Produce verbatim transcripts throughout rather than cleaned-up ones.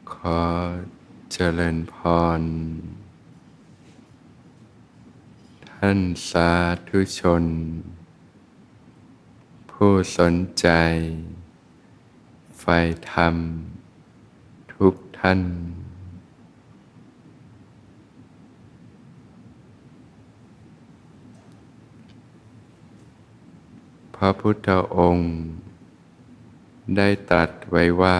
ขอเจริญพรท่านสาธุชนผู้สนใจใฝ่ธรรมทุกท่านพระพุทธองค์ได้ตรัสไว้ว่า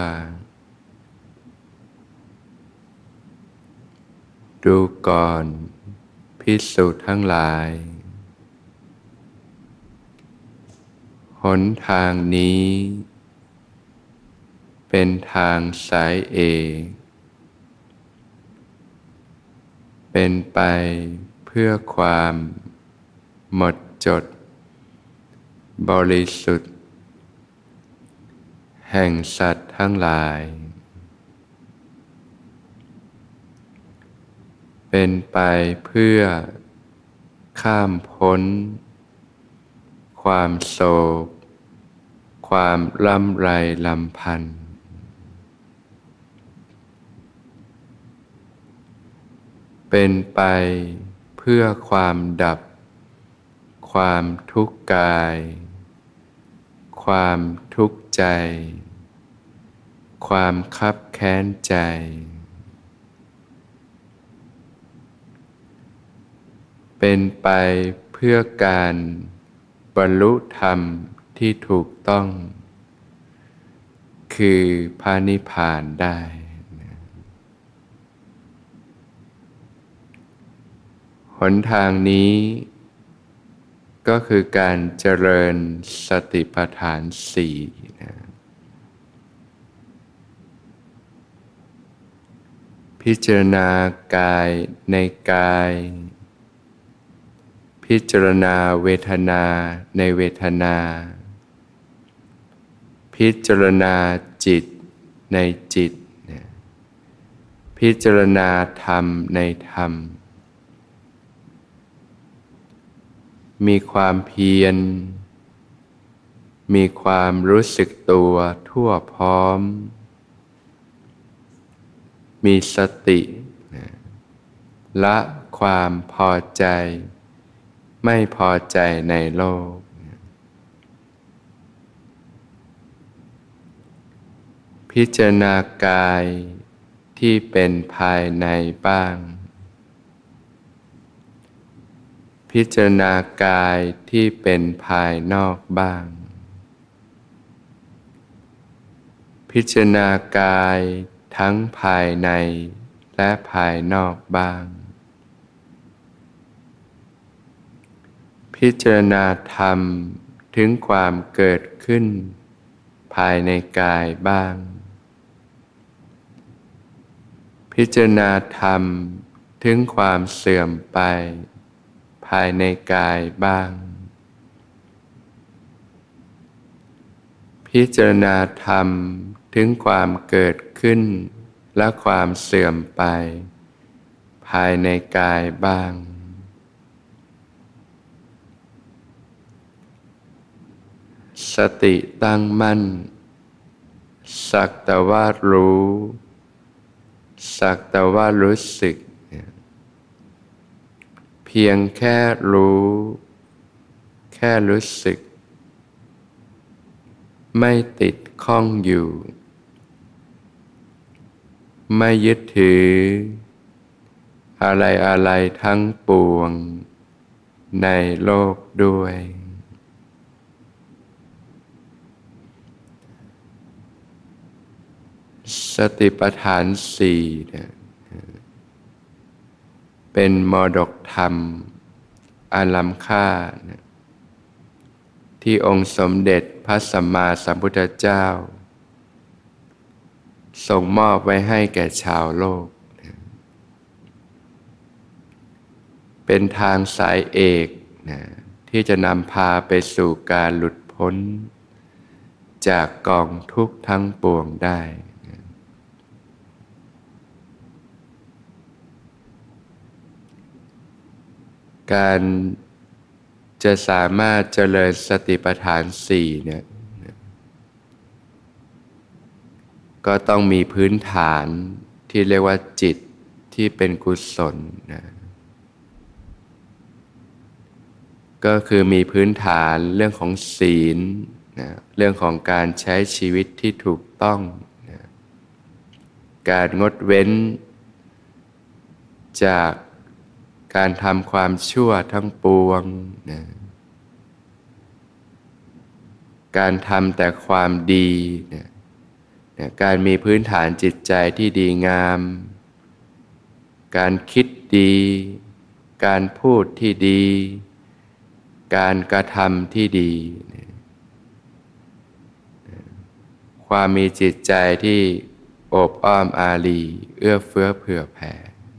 ดูก่อนภิกษุทั้งหลายหนทางนี้เป็นทางสายเอกเป็นไปเพื่อความหมดจดบริสุทธิ์แห่งสัตว์ทั้งหลายเป็นไปเพื่อข้ามพ้นความโศกความร่ำไรรำพันเป็นไปเพื่อความดับความทุกข์กายความทุกข์ใจความคับแค้นใจเป็นไปเพื่อการบรรลุธรรมที่ถูกต้องคือพระนิพพานได้หนทางนี้ก็คือการเจริญสติปัฏฐานสี่นะพิจารณากายในกายพิจารณาเวทนาในเวทนาพิจารณาจิตในจิตนะพิจารณาธรรมในธรรมมีความเพียรมีความรู้สึกตัวทั่วพร้อมมีสติละความพอใจไม่พอใจในโลกพิจารณากายที่เป็นภายในบ้างพิจารณากายที่เป็นภายนอกบ้างพิจารณากายทั้งภายในและภายนอกบ้างพิจารณาธรรมถึงความเกิดขึ้นภายในกายบ้างพิจารณาธรรมถึงความเสื่อมไปภายในกายบ้างพิจารณาธรรมถึงความเกิดขึ้นและความเสื่อมไปภายในกายบ้างสติตั้งมั่นสักแต่ว่ารู้สักแต่ว่ารู้สึกเพียงแค่รู้แค่รู้สึกไม่ติดข้องอยู่ไม่ยึดถืออะไรอะไรทั้งปวงในโลกด้วยสติปัฏฐานสี่เนี่ยเป็นมรดกธรรมอันล้ำค่านะที่องค์สมเด็จพระสัมมาสัมพุทธเจ้าทรงมอบไว้ให้แก่ชาวโลกนะเป็นทางสายเอกนะที่จะนำพาไปสู่การหลุดพ้นจากกองทุกข์ทั้งปวงได้นะการจะสามารถเจริญสติปัฏฐานสี่เนี่ยก็ต้องมีพื้นฐานที่เรียกว่าจิตที่เป็นกุศลนะก็คือมีพื้นฐานเรื่องของศีลนะเรื่องของการใช้ชีวิตที่ถูกต้องนะการงดเว้นจากการทำความชั่วทั้งปวงนะการทำแต่ความดีนะนะการมีพื้นฐานจิตใจที่ดีงามการคิดดีการพูดที่ดีการกระทำที่ดีนะความมีจิตใจที่โอบอ้อมอารีเอื้อเฟื้อเผื่อแผ่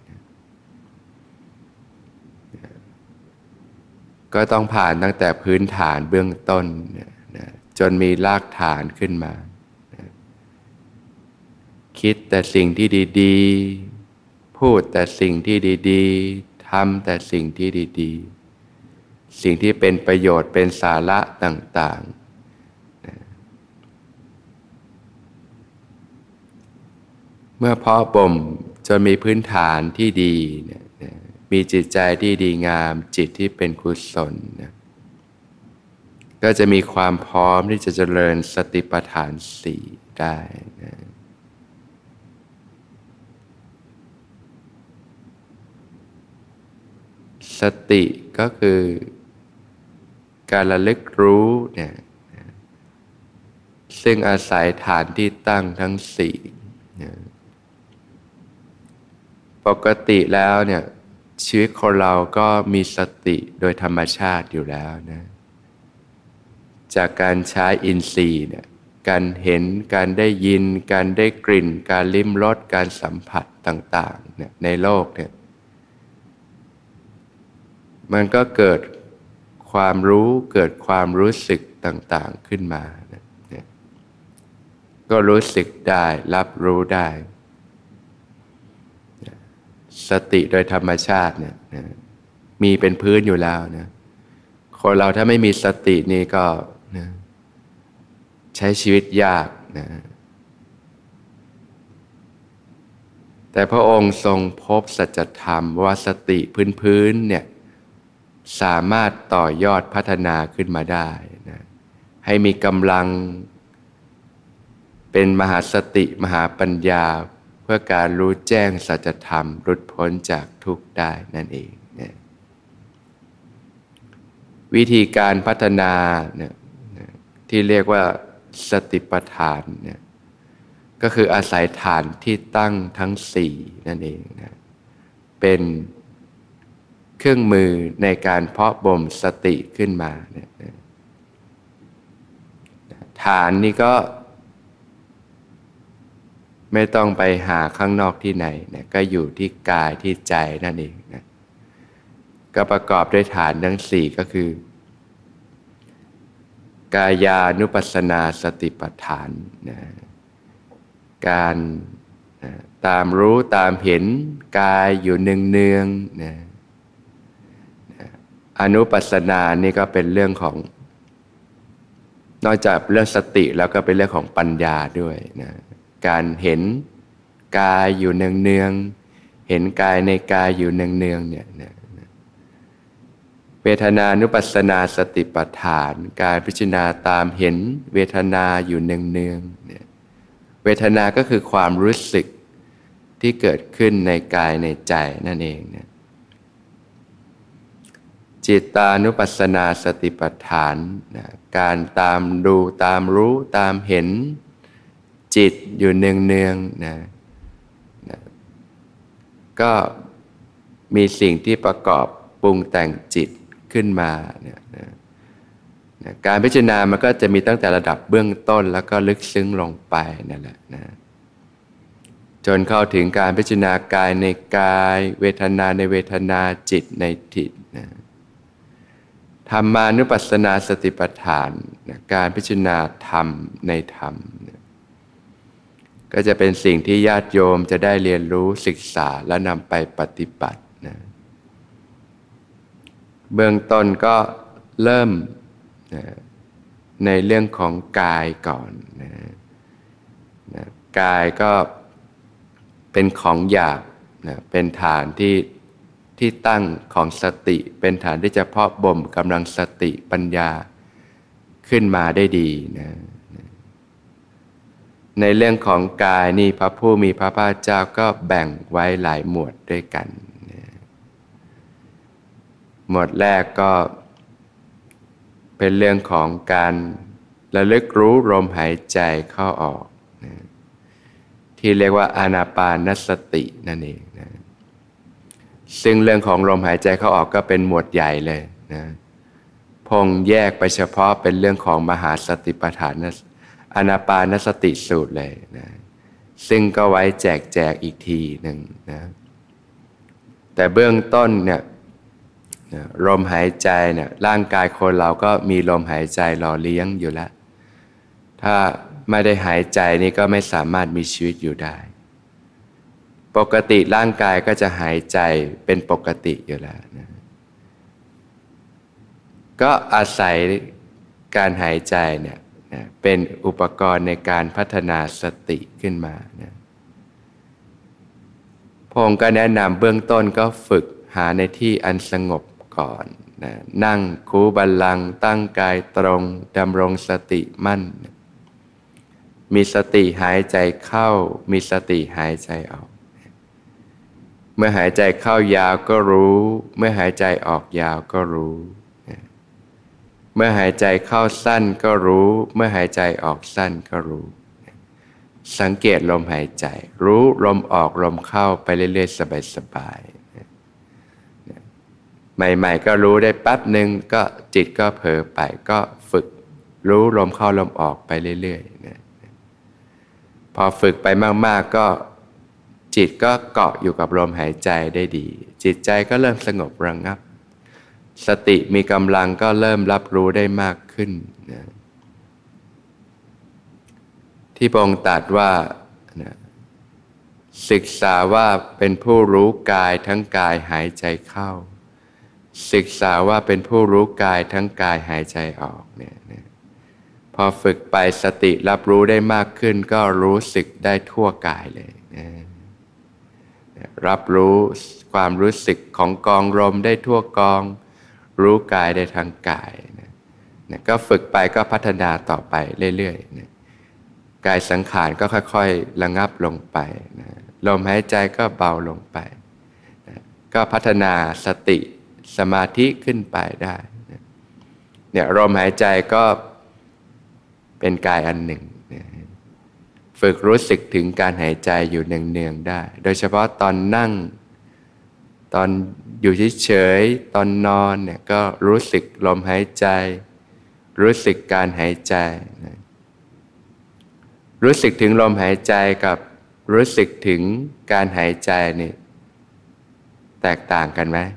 ก็ต้องผ่านตั้งแต่พื้นฐานเบื้องต้นนะนะจนมีรากฐานขึ้นมานะคิดแต่สิ่งที่ดีๆพูดแต่สิ่งที่ดีๆทำแต่สิ่งที่ดีๆสิ่งที่เป็นประโยชน์เป็นสาระต่างๆนะเมื่อเพาะบ่มจนมีพื้นฐานที่ดีนะนะมีจิตใจที่ดีงามจิตที่เป็นกุศลนะก็จะมีความพร้อมที่จะเจริญสติปัฏฐานสี่ได้นะสติก็คือการระลึกรู้เนี่ยซึ่งอาศัยฐานที่ตั้งทั้งสี่นะปกติแล้วเนี่ยชีวิตของเราก็มีสติโดยธรรมชาติอยู่แล้วนะจากการใช้อินทรีย์เนี่ยการเห็นการได้ยินการได้กลิ่นการลิ้มรสการสัมผัสต่างๆเนี่ยในโลกเนี่ยมันก็เกิดความรู้เกิดความรู้สึกต่างๆขึ้นมาเนี่ยก็รู้สึกได้รับรู้ได้สติโดยธรรมชาติเนี่ยมีเป็นพื้นอยู่แล้วนะคนเราถ้าไม่มีสตินี่ก็นะใช้ชีวิตยากนะแต่พระองค์ทรงพบสัจธรรมว่าสติพื้นๆเนี่ยสามารถต่อยอดพัฒนาขึ้นมาได้นะให้มีกำลังเป็นมหาสติมหาปัญญาเพื่อการรู้แจ้งสัจธรรมหลุดพ้นจากทุกข์ได้นั่นเองนะวิธีการพัฒนาเนี่ยที่เรียกว่าสติปัฏฐานเนี่ยก็คืออาศัยฐานที่ตั้งทั้งสี่นั่นเองนะเป็นเครื่องมือในการเพาะบ่มสติขึ้นมาเนี่ยฐานนี้ก็ไม่ต้องไปหาข้างนอกที่ไหนนะก็อยู่ที่กายที่ใจนั่นเองนะก็ประกอบด้วยฐานทั้งสี่ก็คือกายานุปัสสนาสติปัฏฐานนะการนะตามรู้ตามเห็นกายอยู่เนืองๆนะนะอนุปัสสนานี่ก็เป็นเรื่องของนอกจากเรื่องสติแล้วก็เป็นเรื่องของปัญญาด้วยนะการเห็นกายอยู่เนืองๆเห็นกายในกายอยู่เนืองๆเนี่ยนะเวทนานุปัสสนาสติปัฏฐานการพิจารณาตามเห็นเวทนาอยู่เนืองๆเนี่ยเวทนาก็คือความรู้สึกที่เกิดขึ้นในกายในใจนั่นเองเนี่ยจิตานุปัสสนาสติปัฏฐานนะการตามดูตามรู้ตามเห็นจิตอยู่เนืองๆนะนะก็มีสิ่งที่ประกอบปรุงแต่งจิตขึ้นมาเนี่ยนะนะการพิจารณามันก็จะมีตั้งแต่ระดับเบื้องต้นแล้วก็ลึกซึ้งลงไปนั่นแหละนะจนเข้าถึงการพิจารณากายในกายเวทนาในเวทนาจิตในจิตนะธรรมานุปัสสนาสติปัฏฐานนะการพิจารณาธรรมในธรรมนะก็จะเป็นสิ่งที่ญาติโยมจะได้เรียนรู้ศึกษาและนำไปปฏิบัตินะเบื้องต้นก็เริ่มนะในเรื่องของกายก่อนนะนะกายก็เป็นของหยาบนะเป็นฐานที่ที่ตั้งของสติเป็นฐานที่จะเพาะบ่มกำลังสติปัญญาขึ้นมาได้ดีนะในเรื่องของกายนี่พระผู้มีพระภาคเจ้าก็แบ่งไว้หลายหมวดด้วยกันนะหมวดแรกก็เป็นเรื่องของการระลึกรู้ลมหายใจเข้าออกนะที่เรียกว่าอานาปานสตินั่นเองนะซึ่งเรื่องของลมหายใจเข้าออกก็เป็นหมวดใหญ่เลยนะพงแยกไปเฉพาะเป็นเรื่องของมหาสติปัฏฐานอานาปานสติสูตรเลยนะซึ่งก็ไว้แจกแจกอีกทีหนึ่งนะแต่เบื้องต้นเนี่ยลมหายใจเนี่ยร่างกายคนเราก็มีลมหายใจหล่อเลี้ยงอยู่แล้วถ้าไม่ได้หายใจนี่ก็ไม่สามารถมีชีวิตอยู่ได้ปกติร่างกายก็จะหายใจเป็นปกติอยู่แล้วนะก็อาศัยการหายใจเนี่ยนะเป็นอุปกรณ์ในการพัฒนาสติขึ้นมานะพระองค์ก็แนะนำเบื้องต้นก็ฝึกหาในที่อันสงบก่อนนะนั่งคูบัลลังก์ตั้งกายตรงดำรงสติมั่นมีสติหายใจเข้ามีสติหายใจออกเมื่อหายใจเข้ายาวก็รู้เมื่อหายใจออกยาวก็รู้เมื่อหายใจเข้าสั้นก็รู้เมื่อหายใจออกสั้นก็รู้สังเกตลมหายใจรู้ลมออกลมเข้าไปเรื่อยๆสบายๆใหม่ๆก็รู้ได้แป๊บหนึ่งก็จิตก็เผลอไปก็ฝึกรู้ลมเข้าลมออกไปเรื่อยๆพอฝึกไปมากๆก็จิตก็เกาะอยู่กับลมหายใจได้ดีจิตใจก็เริ่มสงบระงับสติมีกำลังก็เริ่มรับรู้ได้มากขึ้นนะที่พระองค์ตรัสว่านะศึกษาว่าเป็นผู้รู้กายทั้งกายหายใจเข้าศึกษาว่าเป็นผู้รู้กายทั้งกายหายใจออกเนี่ยนะพอฝึกไปสติรับรู้ได้มากขึ้นก็รู้สึกได้ทั่วกายเลยนะรับรู้ความรู้สึกของกองลมได้ทั่วกองรู้กายได้ทางกายนะนะก็ฝึกไปก็พัฒนาต่อไปเรื่อยๆนะกายสังขารก็ค่อยๆระงับลงไปนะลมหายใจก็เบาลงไปนะก็พัฒนาสติสมาธิขึ้นไปได้นะเนี่ยลมหายใจก็เป็นกายอันหนึ่งนะฝึกรู้สึกถึงการหายใจอยู่เนืองๆได้โดยเฉพาะตอนนั่งตอนอยู่เฉยๆตอนนอนเนี่ยก็รู้สึกลมหายใจรู้สึกการหายใจนะรู้สึกถึงลมหายใจกับรู้สึกถึงการหายใจนี่แตกต่างกันไหม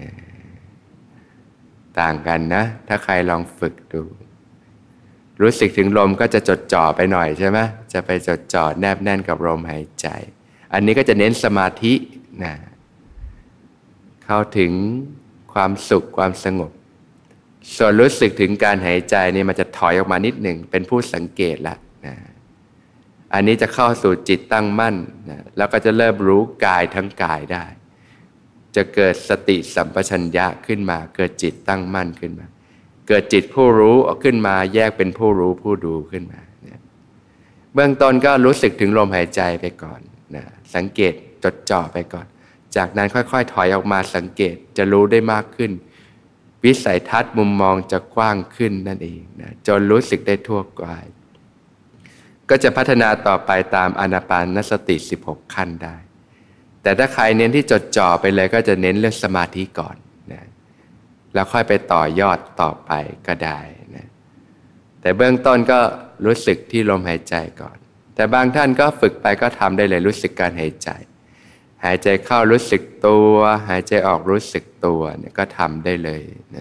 ต่างกันนะถ้าใครลองฝึกดูรู้สึกถึงลมก็จะจดจ่อไปหน่อยใช่ไหมจะไปจดจ่อแนบแน่นกับลมหายใจอันนี้ก็จะเน้นสมาธินะเข้าถึงความสุขความสงบส่วนรู้สึกถึงการหายใจนี่มันจะถอยออกมานิดหนึ่งเป็นผู้สังเกตละนะอันนี้จะเข้าสู่จิตตั้งมั่นนะแล้วก็จะเริ่มรู้กายทั้งกายได้จะเกิดสติสัมปชัญญะขึ้นมาเกิดจิตตั้งมั่นขึ้นมาเกิดจิตผู้รู้ออกขึ้นมาแยกเป็นผู้รู้ผู้ดูขึ้นมานะเบื้องต้นก็รู้สึกถึงลมหายใจไปก่อนนะสังเกตจดจ่อไปก่อนจากนั้นค่อยๆถอยออกมาสังเกตจะรู้ได้มากขึ้นวิสัยทัศน์มุมมองจะกว้างขึ้นนั่นเองนะจนรู้สึกได้ทั่วกายก็จะพัฒนาต่อไปตามอานาปานสติสิบหกขั้นได้แต่ถ้าใครเน้นที่จดจ่อไปเลยก็จะเน้นเรื่องสมาธิก่อนนะแล้วค่อยไปต่อยอดต่อไปก็ได้นะแต่เบื้องต้นก็รู้สึกที่ลมหายใจก่อนแต่บางท่านก็ฝึกไปก็ทำได้เลยรู้สึกการหายใจหายใจเข้ารู้สึกตัวหายใจออกรู้สึกตัวเนี่ยก็ทำได้เลยนะ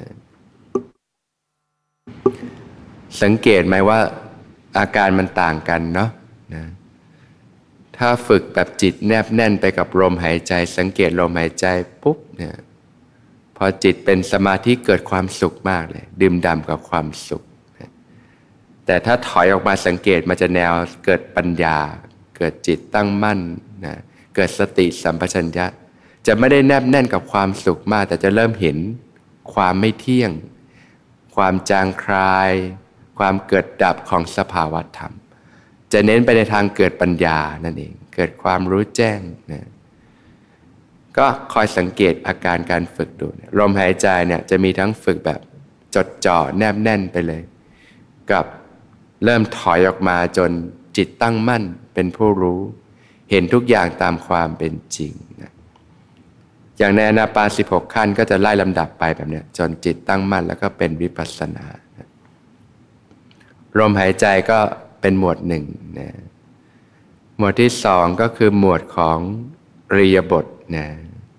สังเกตไหมว่าอาการมันต่างกันเนาะนะถ้าฝึกแบบจิตแนบแน่นไปกับลมหายใจสังเกตลมหายใจปุ๊บเนี่ยพอจิตเป็นสมาธิเกิดความสุขมากเลยดื่มด่ำกับความสุขนะแต่ถ้าถอยออกมาสังเกตมันจะแนวเกิดปัญญาเกิดจิตตั้งมั่นนะเกิดสติสัมปชัญญะจะไม่ได้แนบแน่นกับความสุขมากแต่จะเริ่มเห็นความไม่เที่ยงความจางคลายความเกิดดับของสภาวะธรรมจะเน้นไปในทางเกิดปัญญานั่นเองเกิดความรู้แจ้งนะก็คอยสังเกตอาการการฝึกดูลมหายใจเนี่ยจะมีทั้งฝึกแบบจดจ่อแนบแน่นไปเลยกับเริ่มถอยออกมาจนจิตตั้งมั่นเป็นผู้รู้เห็นทุกอย่างตามความเป็นจริงนะอย่างในอานาปานสิบหกขั้นก็จะไล่ลำดับไปแบบนี้จนจิตตั้งมั่นแล้วก็เป็นวิปัสสนานะลมหายใจก็เป็นหมวดหนึ่งนะหมวดที่สองก็คือหมวดของอิริยาบถนะ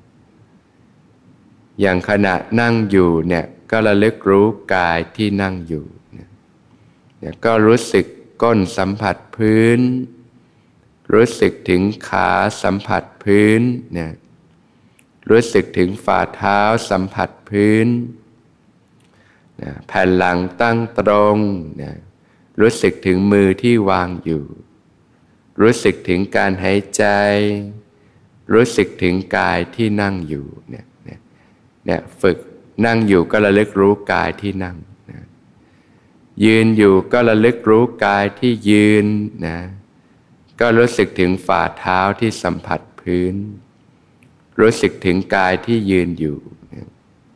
อย่างขณะนั่งอยู่เนี่ยก็ระลึกรู้กายที่นั่งอยู่เนี่ยก็รู้สึกก้นสัมผัสพื้นรู้สึกถึงขาสัมผัสพื้นเนี่ยรู้สึกถึงฝ่าเท้าสัมผัสพื้นนะแผ่นหลังตั้งตรงนะรู้สึกถึงมือที่วางอยู่รู้สึกถึงการหายใจรู้สึกถึงกายที่นั่งอยู่เนี่ยเนี่ยเนี่ยฝึกนั่งอยู่ก็ระลึกรู้กายที่นั่งนะยืนอยู่ก็ระลึกรู้กายที่ยืนนะก็รู้สึกถึงฝ่าเท้าที่สัมผัสพื้นรู้สึกถึงกายที่ยืนอยู่นะ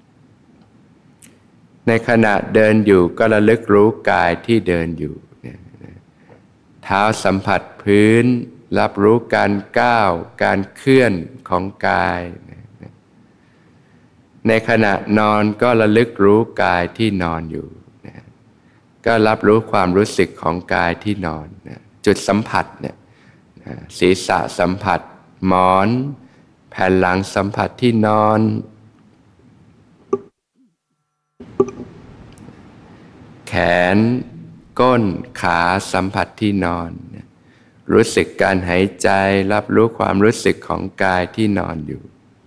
ในขณะเดินอยู่ก็ระลึกรู้กายที่เดินอยู่นะนะเท้าสัมผัสพื้นรับรู้การก้าวการเคลื่อนของกายนะนะในขณะนอนก็ระลึกรู้กายที่นอนอยู่นะก็รับรู้ความรู้สึกของกายที่นอนนะจุดสัมผัสเนี่ยนะศีรษะสัมผัสหมอนแผ่นหลังสัมผัสที่นอนแขนก้นขาสัมผัสที่นอนรู้สึกการหายใจรับรู้ความรู้สึกของกายที่นอนอยู่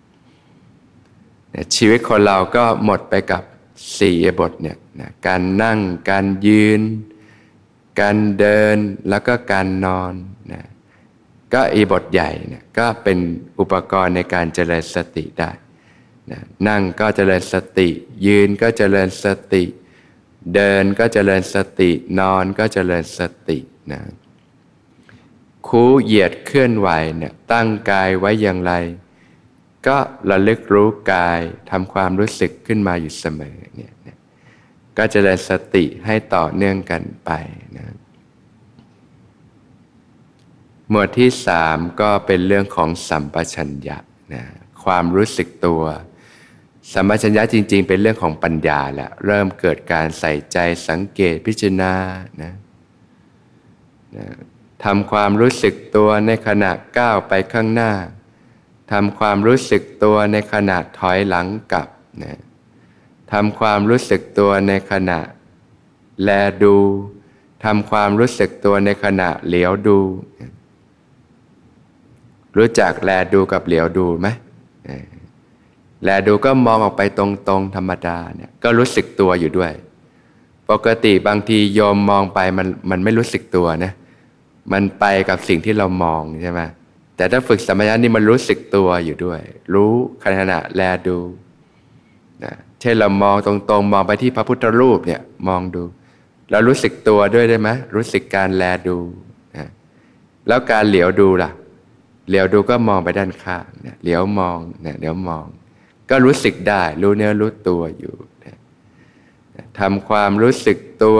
ชีวิตคนเราก็หมดไปกับสี่อิริยาบถเนี่ยนะการนั่งการยืนการเดินแล้วก็การนอนนะก็อิริยาบถใหญ่เนี่ยก็เป็นอุปกรณ์ในการเจริญสติได้นะนั่งก็เจริญสติยืนก็เจริญสติเดินก็เจริญสตินอนก็เจริญสตินะคู่เหยียดเคลื่อนไหวเนี่ยตั้งกายไว้อย่างไรก็ระลึกรู้กายทำความรู้สึกขึ้นมาอยู่เสมอเนี่ยก็เจริญสติให้ต่อเนื่องกันไปนะหมวดที่สามก็เป็นเรื่องของสัมปชัญญะนะความรู้สึกตัวสัมปชัญญะจริงๆเป็นเรื่องของปัญญาแหละเริ่มเกิดการใส่ใจสังเกตพิจารณานะนะทำความรู้สึกตัวในขณะก้าวไปข้างหน้าทำความรู้สึกตัวในขณะถอยหลังกลับนะทำความรู้สึกตัวในขณะแลดูทำความรู้สึกตัวในขณะเหลียวดูรู้จักแลดูกับเหลียวดูไหมแลดูก็มองออกไปตรงๆธรรมดาเนี่ยก็รู้สึกตัวอยู่ด้วยปกติบางทีโยมมองไปมันมันไม่รู้สึกตัวนะมันไปกับสิ่งที่เรามองใช่ไหมแต่ถ้าฝึกสัมปชัญญะนี่มันรู้สึกตัวอยู่ด้วยรู้ขณะแลดูนะเช่นเรามองตรงๆมองไปที่พระพุทธรูปเนี่ยมองดูเรารู้สึกตัวด้วยได้ไหมรู้สึกการแลดูนะแล้วการเหลียวดูล่ะเหลียวดูก็มองไปด้านข้างนะเหลียวมองนะเดี๋ยวมองก็รู้สึกได้รู้เนื้อรู้ตัวอยู่นะทำความรู้สึกตัว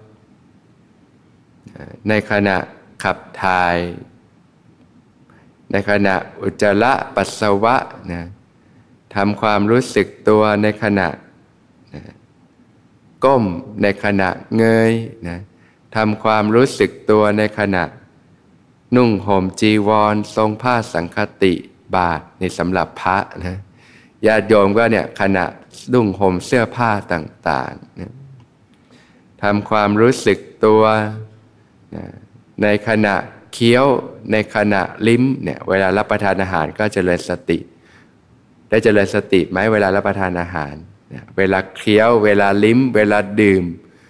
ในขณะขับถ่ายในขณะอุจจาระปัสสาวะนะทำความรู้สึกตัวในขณะนะก้มในขณะเงยนะทำความรู้สึกตัวในขณะนุ่งห่มจีวรทรงผ้าสังฆติบาตรในสำหรับพระนะญาติโยมก็เนี่ยขณะนุ่งห่มเสื้อผ้าต่างๆนะทำความรู้สึกตัวนะในขณะเคี้ยวในขณะลิ้มเนี่ยเวลารับประทานอาหารก็เจริญสติได้เจริญสติไหมเวลารับประทานอาหารเวลาเคี้ยวเวลาลิ้มเวลาดื่ม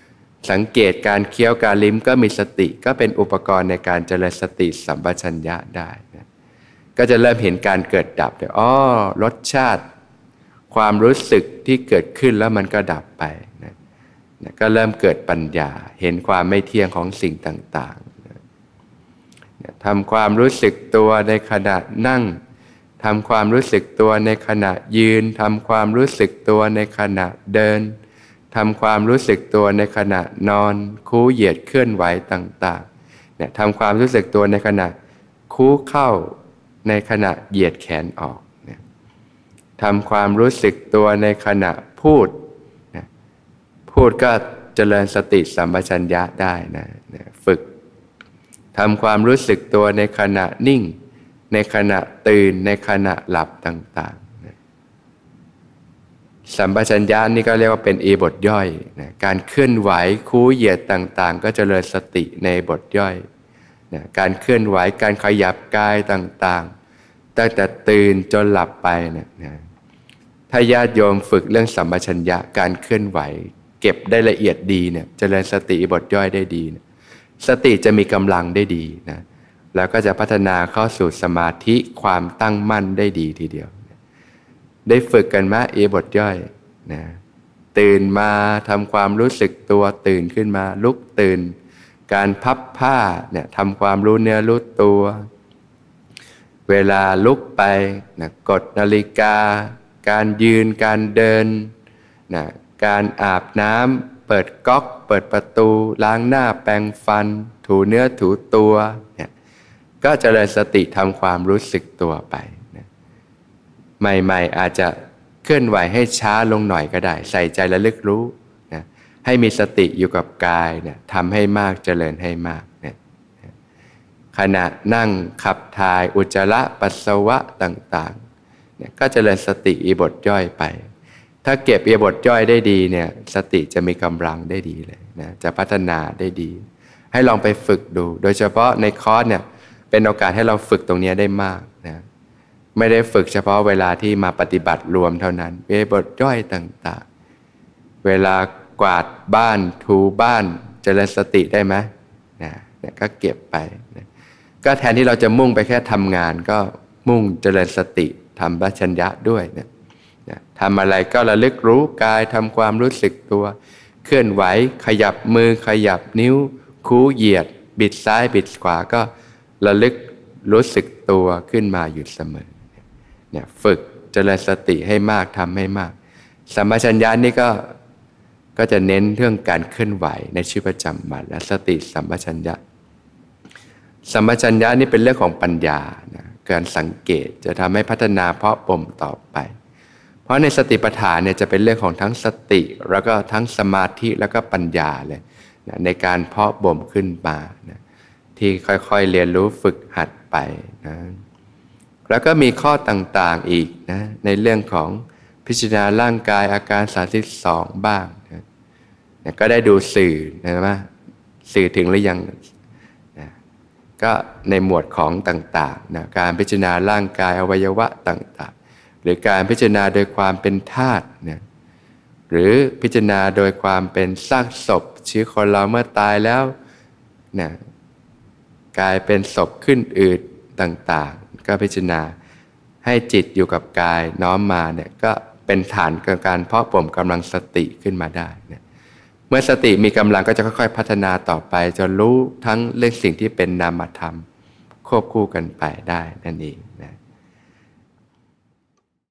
สังเกตการเคี้ยวการลิ้มก็มีสติก็เป็นอุปกรณ์ในการเจริญสติสัมปชัญญะได้นะก็จะเริ่มเห็นการเกิดดับเลยอ๋อรสชาติความรู้สึกที่เกิดขึ้นแล้วมันก็ดับไปนะนะก็เริ่มเกิดปัญญาเห็นความไม่เที่ยงของสิ่งต่างๆนะนะทำความรู้สึกตัวในขณะนั่งทำความรู้สึกตัวในขณะยืนทำความรู้สึกตัวในขณะเดินทำความรู้สึกตัวในขณะนอนคู้เหยียดเคลื่อนไหวต่างๆเนี่ยทำความรู้สึกตัวในขณะคู้เข้าในขณะเหยียดแขนออกเนี่ยทำความรู้สึกตัวในขณะพูดนะพูดก็เจริญสติสัมปชัญญะได้นะนะฝึกทำความรู้สึกตัวในขณะนิ่งในขณะตื่นในขณะหลับต่างๆนะสัมปชัญญะนี่ก็เรียกว่าเป็นอีบทย่อยนะการเคลื่อนไหวคู้เหยียดต่างๆก็เจริญสติในบทย่อยนะการเคลื่อนไหวการขยับกายต่างๆตั้งแต่ตื่นจนหลับไปนะนะถ้าญาติโยมฝึกเรื่องสัมปชัญญะการเคลื่อนไหวเก็บได้ละเอียดดีเนี่ยเจริญสติบทย่อยได้ดีนะสติจะมีกำลังได้ดีนะแล้วก็จะพัฒนาเข้าสู่สมาธิความตั้งมั่นได้ดีทีเดียวได้ฝึกกันไหมเอบทย่อยนะตื่นมาทำความรู้สึกตัวตื่นขึ้นมาลุกตื่นการพับผ้าเนี่ยทำความรู้เนื้อรู้ตัวเวลาลุกไปนะกดนาฬิกาการยืนการเดินนะการอาบน้ำเปิดก๊อกเปิดประตูล้างหน้าแปรงฟันถูเนื้อถูตัวเนี่ยก็เจริญสติทำความรู้สึกตัวไปนะใหม่ๆอาจจะเคลื่อนไหวให้ช้าลงหน่อยก็ได้ใส่ใจระลึกรู้นะให้มีสติอยู่กับกายเนี่ยทำให้มากเจริญให้มากเนี่ยขณะนั่งขับถ่ายอุจจาระปัสสาวะต่างๆเนี่ยก็เจริญสติอีบทย่อยไปถ้าเก็บอีบทย่อยได้ดีเนี่ยสติจะมีกำลังได้ดีเลยนะจะพัฒนาได้ดีให้ลองไปฝึกดูโดยเฉพาะในคอร์สเนี่ยเป็นโอกาสให้เราฝึกตรงนี้ได้มากนะไม่ได้ฝึกเฉพาะเวลาที่มาปฏิบัติรวมเท่านั้นอีบทย่อยต่างๆเวลากวาดบ้านถูบ้านเจริญสติได้ไหมนะเนี่ยก็เก็บไปนะก็แทนที่เราจะมุ่งไปแค่ทำงานก็มุ่งเจริญสติทำปัญญะด้วยนะนะทำอะไรก็ระลึกรู้กายทำความรู้สึกตัวเคลื่อนไหวขยับมือขยับนิ้วคู้เหยียดบิดซ้ายบิดขวาก็ระลึกรู้สึกตัวขึ้นมาอยู่เสมอเนี่ยฝึกเจริญสติให้มากทำให้มากสัมปชัญญะนี่ก็ก็จะเน้นเรื่องการเคลื่อนไหวในชีวิตประจำวันและสติสัมปชัญญะสัมปชัญญะนี่เป็นเรื่องของปัญญานะการสังเกตจะทำให้พัฒนาเพาะบ่มต่อไปเพราะในสติปัฏฐานเนี่ยจะเป็นเรื่องของทั้งสติแล้วก็ทั้งสมาธิแล้วก็ปัญญาเลยนะในการเพาะบ่มขึ้นมานะที่ค่อยๆเรียนรู้ฝึกหัดไปนะแล้วก็มีข้อต่างๆอีกนะในเรื่องของพิจารณาร่างกายอาการสามสิบสองบ้างนะนะก็ได้ดูสื่อนะว่าสื่อถึงหรือยังนะก็ในหมวดของต่างๆนะการพิจารณาร่างกายอวัยวะต่างๆหรือการพิจารณาโดยความเป็นธาตุนะหรือพิจารณาโดยความเป็นซากศพชีวิตคนเราเมื่อตายแล้วนะกลายเป็นศพขึ้นอืดต่างๆก็พิจารณาให้จิตอยู่กับกายน้อมมาเนี่ยก็เป็นฐานของการเพาะบ่มกำลังสติขึ้นมาได้นะเมื่อสติมีกำลังก็จะค่อยๆพัฒนาต่อไปจนรู้ทั้งเรื่องสิ่งที่เป็นนามธรรมควบคู่กันไปได้นั่นเองนะ